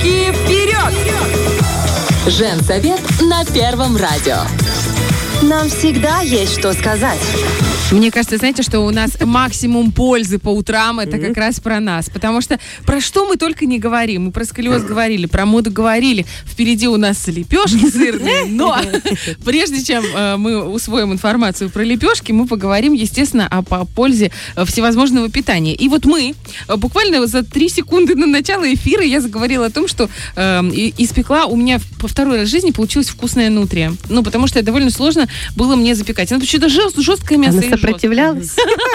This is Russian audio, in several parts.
И вперед! Женсовет на Первом радио. Нам всегда есть что сказать. Мне кажется, знаете, что у нас максимум пользы по утрам, это как раз про нас. Потому что про что мы только не говорим. Мы про сколиоз говорили, про моду говорили. Впереди у нас лепешки сырные. Но прежде чем мы усвоим информацию про лепешки, мы поговорим, естественно, о пользе всевозможного питания. И вот мы буквально за 3 секунды на начало эфира я заговорила о том, что испекла у меня по второй раз в жизни получилась вкусная нутрия. Ну, потому что довольно сложно было мне запекать. Она почему-то жесткое мясо. Она сопротивлялась?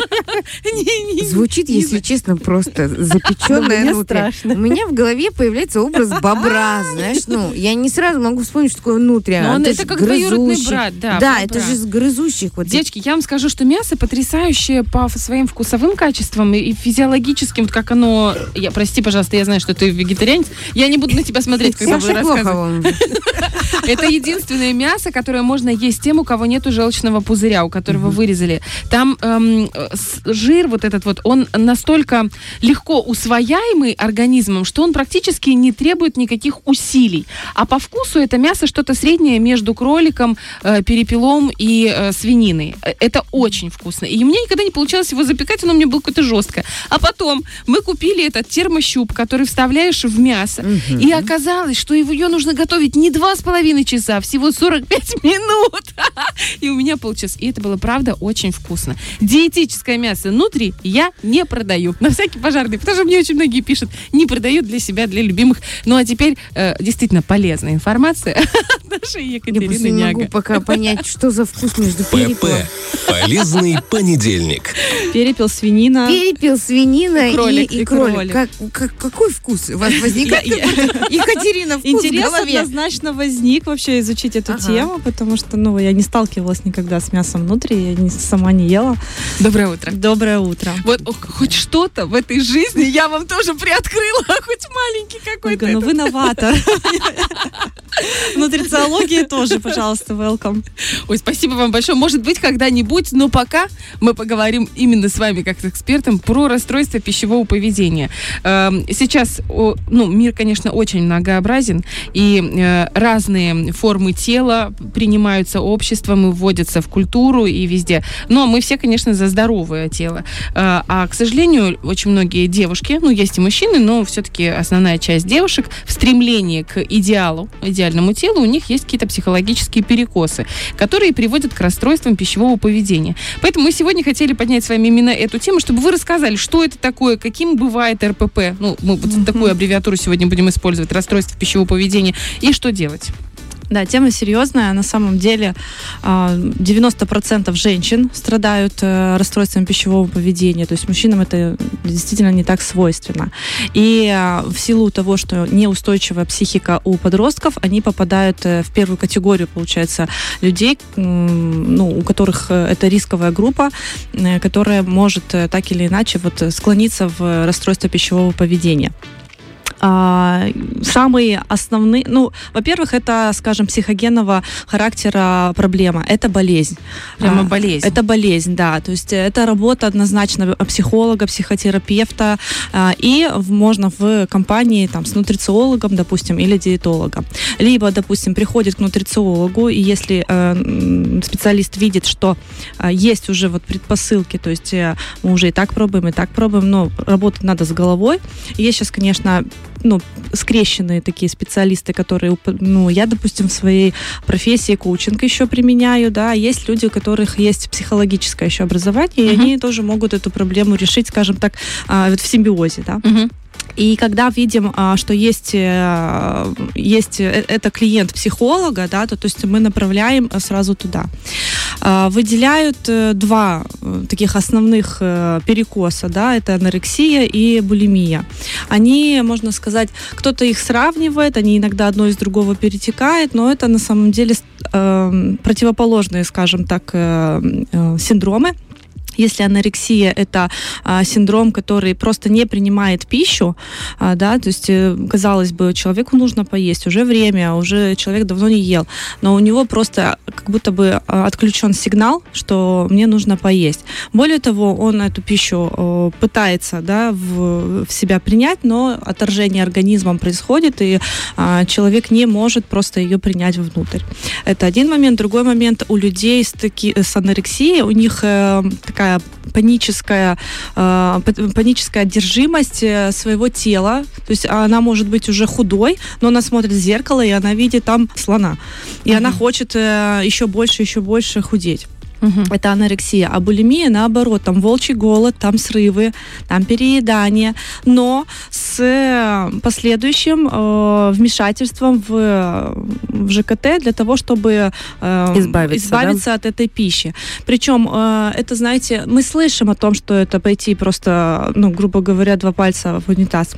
Звучит, если честно, просто запеченная нутрия. У меня в голове появляется образ бобра, знаешь, ну, я не сразу могу вспомнить, что такое нутрия. Это как двоюродный брат, да. Да, это же из грызущих. Девочки, я вам скажу, что мясо потрясающее по своим вкусовым качествам и физиологическим, вот как оно... Прости, пожалуйста, я знаю, что ты вегетарианец. Я не буду на тебя смотреть, когда буду рассказывать. Это единственное мясо, которое можно есть тем, у кого нету желчного пузыря, у которого вырезали. Там жир вот этот вот, он настолько легко усвояемый организмом, что он практически не требует никаких усилий. А по вкусу это мясо что-то среднее между кроликом, перепелом и свининой. Это очень вкусно. И мне никогда не получалось его запекать, оно у меня было какое-то жесткое. А потом мы купили этот термощуп, который вставляешь в мясо. И оказалось, что ее нужно готовить не 2,5 часа, всего 45 минут. И у меня получилось. И это было, правда, очень вкусно. Диетическое мясо нутри я не продаю. На всякий пожарный. Потому что мне очень многие пишут, не продают для себя, для любимых. Ну, а теперь действительно полезная информация от нашей Екатерины Няга. Я не могу пока понять, что за вкус между перепелом. Полезный понедельник. Перепел, свинина. Перепел, свинина и кролик. Какой вкус у вас возникает? Екатерина, вкус в Интерес голове. однозначно возник вообще изучить эту тему, потому что, я не сталкивалась никогда с мясом внутри, я сама не ела. Доброе утро. Доброе утро. Вот хоть что-то в этой жизни я вам тоже приоткрыла, хоть маленький какой-то. Ольга, вы новатор. Нутрициологии тоже, пожалуйста, welcome. Ой, спасибо вам большое. Может быть, когда-нибудь, но пока мы поговорим именно с вами, как с экспертом, про расстройство пищевого поведения. Сейчас, мир, конечно, очень многообразен, и разные формы тела принимаются обществом и вводятся в культуру и везде. Но мы все, конечно, за здоровое тело. А, к сожалению, очень многие девушки, есть и мужчины, но все-таки основная часть девушек в стремлении к идеальному телу, у них есть какие-то психологические перекосы, которые приводят к расстройствам пищевого поведения. Поэтому мы сегодня хотели поднять с вами именно эту тему, чтобы вы рассказали, что это такое, каким бывает РПП. Мы вот такую аббревиатуру сегодня будем использовать, расстройство пищевого поведения, и что делать. Да, тема серьезная. На самом деле 90% женщин страдают расстройством пищевого поведения. То есть мужчинам это действительно не так свойственно. И в силу того, что неустойчивая психика у подростков, они попадают в первую категорию, получается, людей, у которых это рисковая группа, которая может так или иначе склониться в расстройство пищевого поведения. Самые основные, во-первых, это, скажем, психогенного характера проблема. Это болезнь. Прямо болезнь. Это болезнь, да. То есть это работа однозначно психолога, психотерапевта и можно в компании с нутрициологом, допустим, или диетологом. Либо, допустим, приходит к нутрициологу, и если специалист видит, что есть уже предпосылки, то есть мы уже и так пробуем, но работать надо с головой. Есть сейчас, конечно, скрещенные такие специалисты, которые, я, допустим, в своей профессии коучинг еще применяю, да, есть люди, у которых есть психологическое еще образование, и они тоже могут эту проблему решить, скажем так, в симбиозе, да. И когда видим, что есть это клиент психолога, да, то есть мы направляем сразу туда. Выделяют 2 таких основных перекоса, да, это анорексия и булимия. Они, можно сказать, кто-то их сравнивает, они иногда одно из другого перетекает, но это на самом деле противоположные, скажем так, синдромы. Если анорексия – это синдром, который просто не принимает пищу, да, то есть, казалось бы, человеку нужно поесть, уже время, уже человек давно не ел, но у него просто как будто бы отключен сигнал, что мне нужно поесть. Более того, он эту пищу пытается, да, в себя принять, но отторжение организмом происходит, и человек не может просто ее принять внутрь. Это один момент. Другой момент, у людей с анорексией, у них такая паническая одержимость своего тела. То есть она может быть уже худой, но она смотрит в зеркало, и она видит там слона. И она хочет еще больше худеть. Это анорексия. А булимия, наоборот, там волчий голод, там срывы, там переедание, но с последующим вмешательством в ЖКТ для того, чтобы избавиться от этой пищи. Причем, это, знаете, мы слышим о том, что это пойти просто, грубо говоря, 2 пальца в унитаз.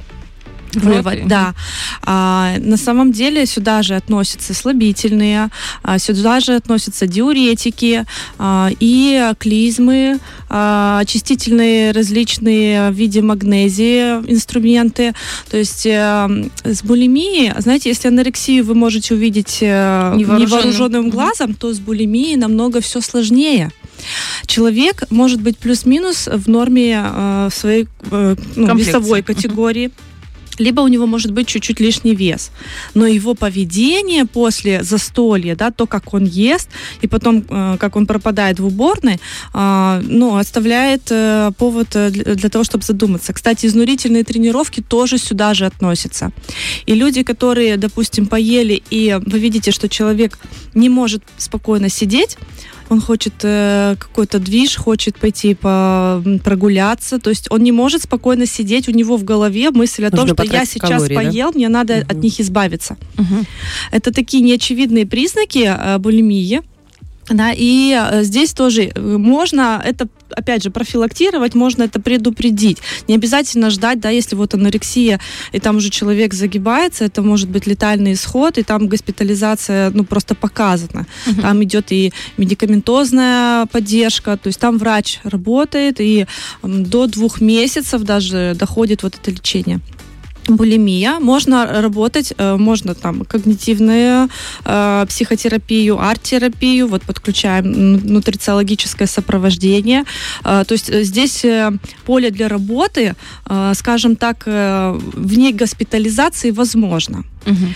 Да. На самом деле сюда же относятся слабительные, сюда же относятся диуретики и клизмы, очистительные различные в виде магнезии инструменты. То есть с булимией, знаете, если анорексию вы можете увидеть невооруженным глазом, то с булимией намного все сложнее. Человек может быть плюс-минус в норме своей весовой категории. Либо у него может быть чуть-чуть лишний вес. Но его поведение после застолья, да, то, как он ест, и потом, как он пропадает в уборной, оставляет повод для того, чтобы задуматься. Кстати, изнурительные тренировки тоже сюда же относятся. И люди, которые, допустим, поели, и вы видите, что человек не может спокойно сидеть, он хочет какой-то движ, хочет пойти прогуляться, то есть он не может спокойно сидеть, у него в голове мысль о том, что я сейчас поел, да? Мне надо от них избавиться. Это такие неочевидные признаки булимии. Да, и здесь тоже можно это, опять же, профилактировать, можно это предупредить. Не обязательно ждать, да, если вот анорексия, и там уже человек загибается, это может быть летальный исход, и там госпитализация, просто показана. Там идет и медикаментозная поддержка, то есть там врач работает, и до 2 месяцев даже доходит вот это лечение. Булимия. Можно работать, можно там когнитивную психотерапию, арт-терапию, вот подключаем нутрициологическое сопровождение. То есть здесь поле для работы, скажем так, вне госпитализации возможно.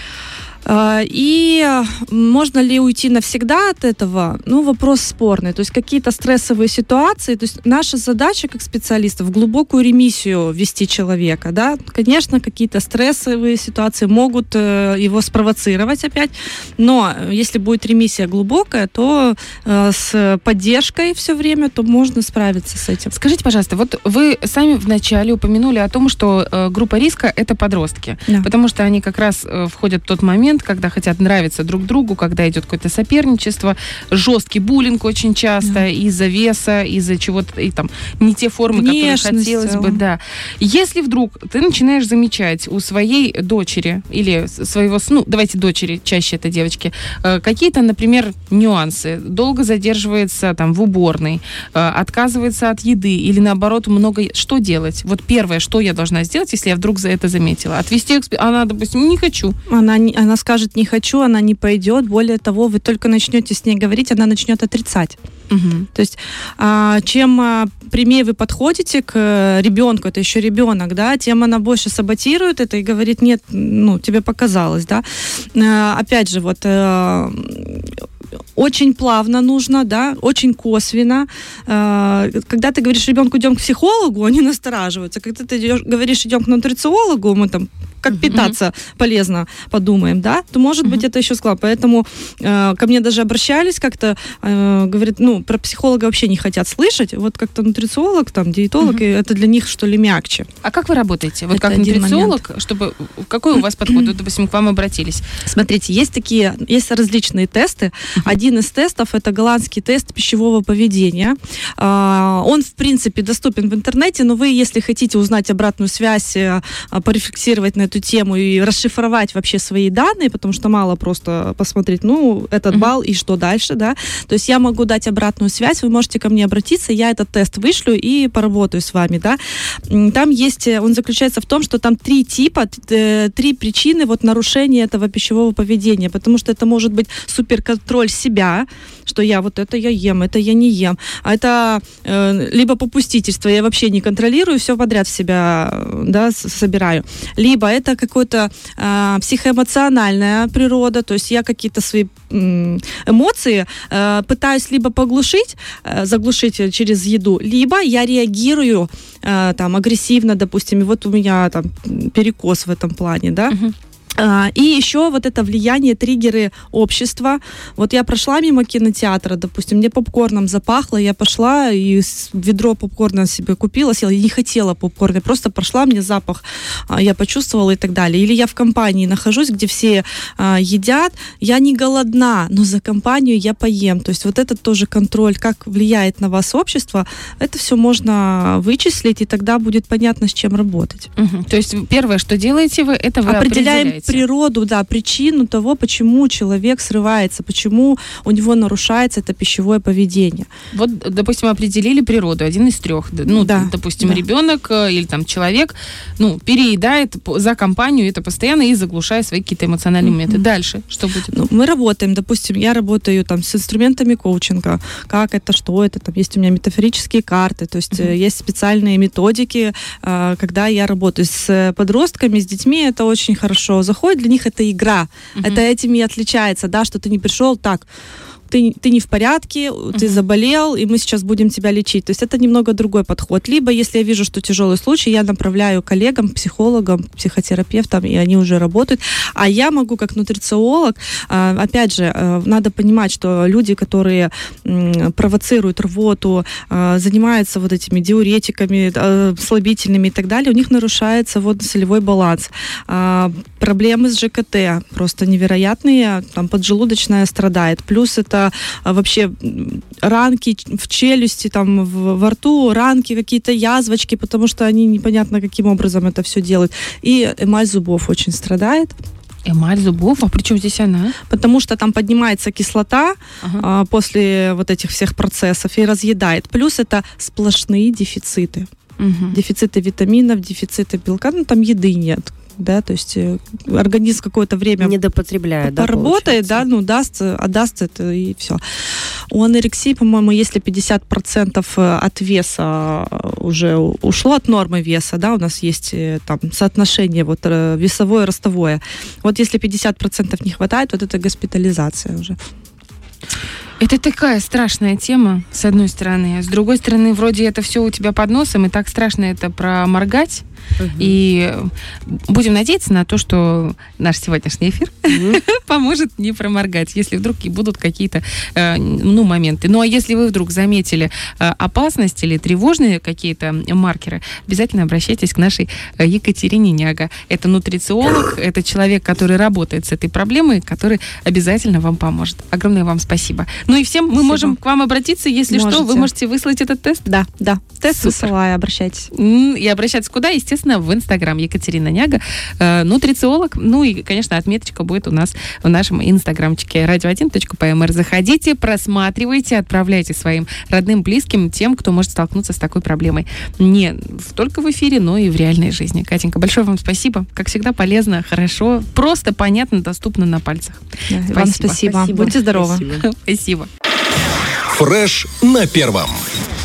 И можно ли уйти навсегда от этого? Вопрос спорный. То есть какие-то стрессовые ситуации, то есть наша задача как специалистов в глубокую ремиссию ввести человека, да. Конечно, какие-то стрессовые ситуации могут его спровоцировать опять, но если будет ремиссия глубокая, то с поддержкой все время, то можно справиться с этим. Скажите, пожалуйста, вот вы сами вначале упомянули о том, что группа риска – это подростки, да. Потому что они как раз входят в тот момент, когда хотят нравиться друг другу, когда идет какое-то соперничество, жесткий буллинг очень часто из-за веса, из-за чего-то, и там не те формы, которые хотелось бы, да. Если вдруг ты начинаешь замечать у своей дочери или своего сына, давайте дочери, чаще это девочки, какие-то, например, нюансы, долго задерживается там в уборной, отказывается от еды или наоборот много, что делать? Вот первое, что я должна сделать, если я вдруг за это заметила? Отвести, она, допустим, не хочу. Она скажет «не хочу», она не пойдет. Более того, вы только начнете с ней говорить, она начнет отрицать. То есть чем прямее вы подходите к ребенку, это еще ребенок, да, тем она больше саботирует это и говорит «нет, тебе показалось», да. Опять же, вот очень плавно нужно, да, очень косвенно. Когда ты говоришь ребенку «идем к психологу», они настораживаются. Когда ты говоришь «идем к нутрициологу», мы там как питаться полезно подумаем, да, то, может быть, это еще склад. Поэтому ко мне даже обращались как-то, говорят, про психолога вообще не хотят слышать. Вот как-то нутрициолог, там, диетолог, и это для них, что ли, мягче. А как вы работаете? Вот это как нутрициолог, чтобы... Какой у вас подход? Вот, допустим, к вам обратились. Смотрите, есть различные тесты. Один из тестов – это голландский тест пищевого поведения. Он, в принципе, доступен в интернете, но вы, если хотите узнать обратную связь, порефлексировать на эту тему и расшифровать вообще свои данные, потому что мало просто посмотреть, этот балл и что дальше, да. То есть я могу дать обратную связь, вы можете ко мне обратиться, я этот тест вышлю и поработаю с вами, да. Там есть, он заключается в том, что там 3 типа, 3 причины вот нарушения этого пищевого поведения, потому что это может быть суперконтроль себя, что я вот это я ем, это я не ем, а это либо попустительство, я вообще не контролирую, все подряд в себя, да, собираю, либо это какое-то психоэмоциональная природа, то есть я какие-то свои эмоции пытаюсь либо заглушить через еду, либо я реагирую там агрессивно, допустим, и вот у меня там перекос в этом плане, да. И еще вот это влияние, триггеры общества. Вот я прошла мимо кинотеатра, допустим, мне попкорном запахло, я пошла и ведро попкорна себе купила, съела, я не хотела попкорн, я просто прошла, мне запах я почувствовала и так далее. Или я в компании нахожусь, где все едят, я не голодна, но за компанию я поем. То есть вот этот тоже контроль, как влияет на вас общество, это все можно вычислить, и тогда будет понятно, с чем работать. То есть первое, что делаете вы, это вы определяем природу, да, причину того, почему человек срывается, почему у него нарушается это пищевое поведение. Вот, допустим, определили природу, 1 из 3. Допустим, ребенок или там человек, переедает за компанию, это постоянно, и заглушает свои какие-то эмоциональные моменты. Дальше что будет? Мы работаем, допустим, я работаю там с инструментами коучинга, как это, что это, там есть у меня метафорические карты, то есть есть специальные методики, когда я работаю с подростками, с детьми, это очень хорошо заходит, для них это игра. Это этим и отличается, да, что ты не пришел так, ты не в порядке, ты заболел, и мы сейчас будем тебя лечить. То есть это немного другой подход. Либо, если я вижу, что тяжелый случай, я направляю коллегам, психологам, психотерапевтам, и они уже работают. А я могу, как нутрициолог, опять же, надо понимать, что люди, которые провоцируют рвоту, занимаются вот этими диуретиками, слабительными и так далее, у них нарушается водно-солевой баланс. Проблемы с ЖКТ просто невероятные, там поджелудочная страдает. Плюс это вообще ранки в челюсти, там во рту, ранки, какие-то язвочки, потому что они непонятно каким образом это все делают. И эмаль зубов очень страдает. Эмаль зубов? А при чем здесь она? Потому что там поднимается кислота после вот этих всех процессов и разъедает. Плюс это сплошные дефициты. Дефициты витаминов, дефициты белка, там еды нет. Да, то есть организм какое-то время недопотребляет, поработает, отдаст это и все. У анорексии, по-моему, если 50% от веса уже ушло от нормы веса, да, у нас есть там соотношение вот весовое, ростовое. Вот если 50% не хватает, вот это госпитализация уже. Это такая страшная тема, с одной стороны. С другой стороны, вроде это все у тебя под носом, и так страшно это проморгать. И будем надеяться на то, что наш сегодняшний эфир поможет не проморгать, если вдруг и будут какие-то моменты. Ну, а если вы вдруг заметили опасность или тревожные какие-то маркеры, обязательно обращайтесь к нашей Екатерине Няга. Это нутрициолог, это человек, который работает с этой проблемой, который обязательно вам поможет. Огромное вам спасибо. Ну и всем мы можем к вам обратиться, если что, вы можете выслать этот тест? Да. Тест высылаю, обращайтесь. И обращаться куда? Естественно, в Инстаграм Екатерина Няга, нутрициолог. Ну и, конечно, отметочка будет у нас в нашем инстаграмчике radio1.pmr. Заходите, просматривайте, отправляйте своим родным, близким, тем, кто может столкнуться с такой проблемой. Не только в эфире, но и в реальной жизни. Катенька, большое вам спасибо. Как всегда, полезно, хорошо, просто, понятно, доступно на пальцах. Вам спасибо. Будьте здоровы. Спасибо. Фреш на первом.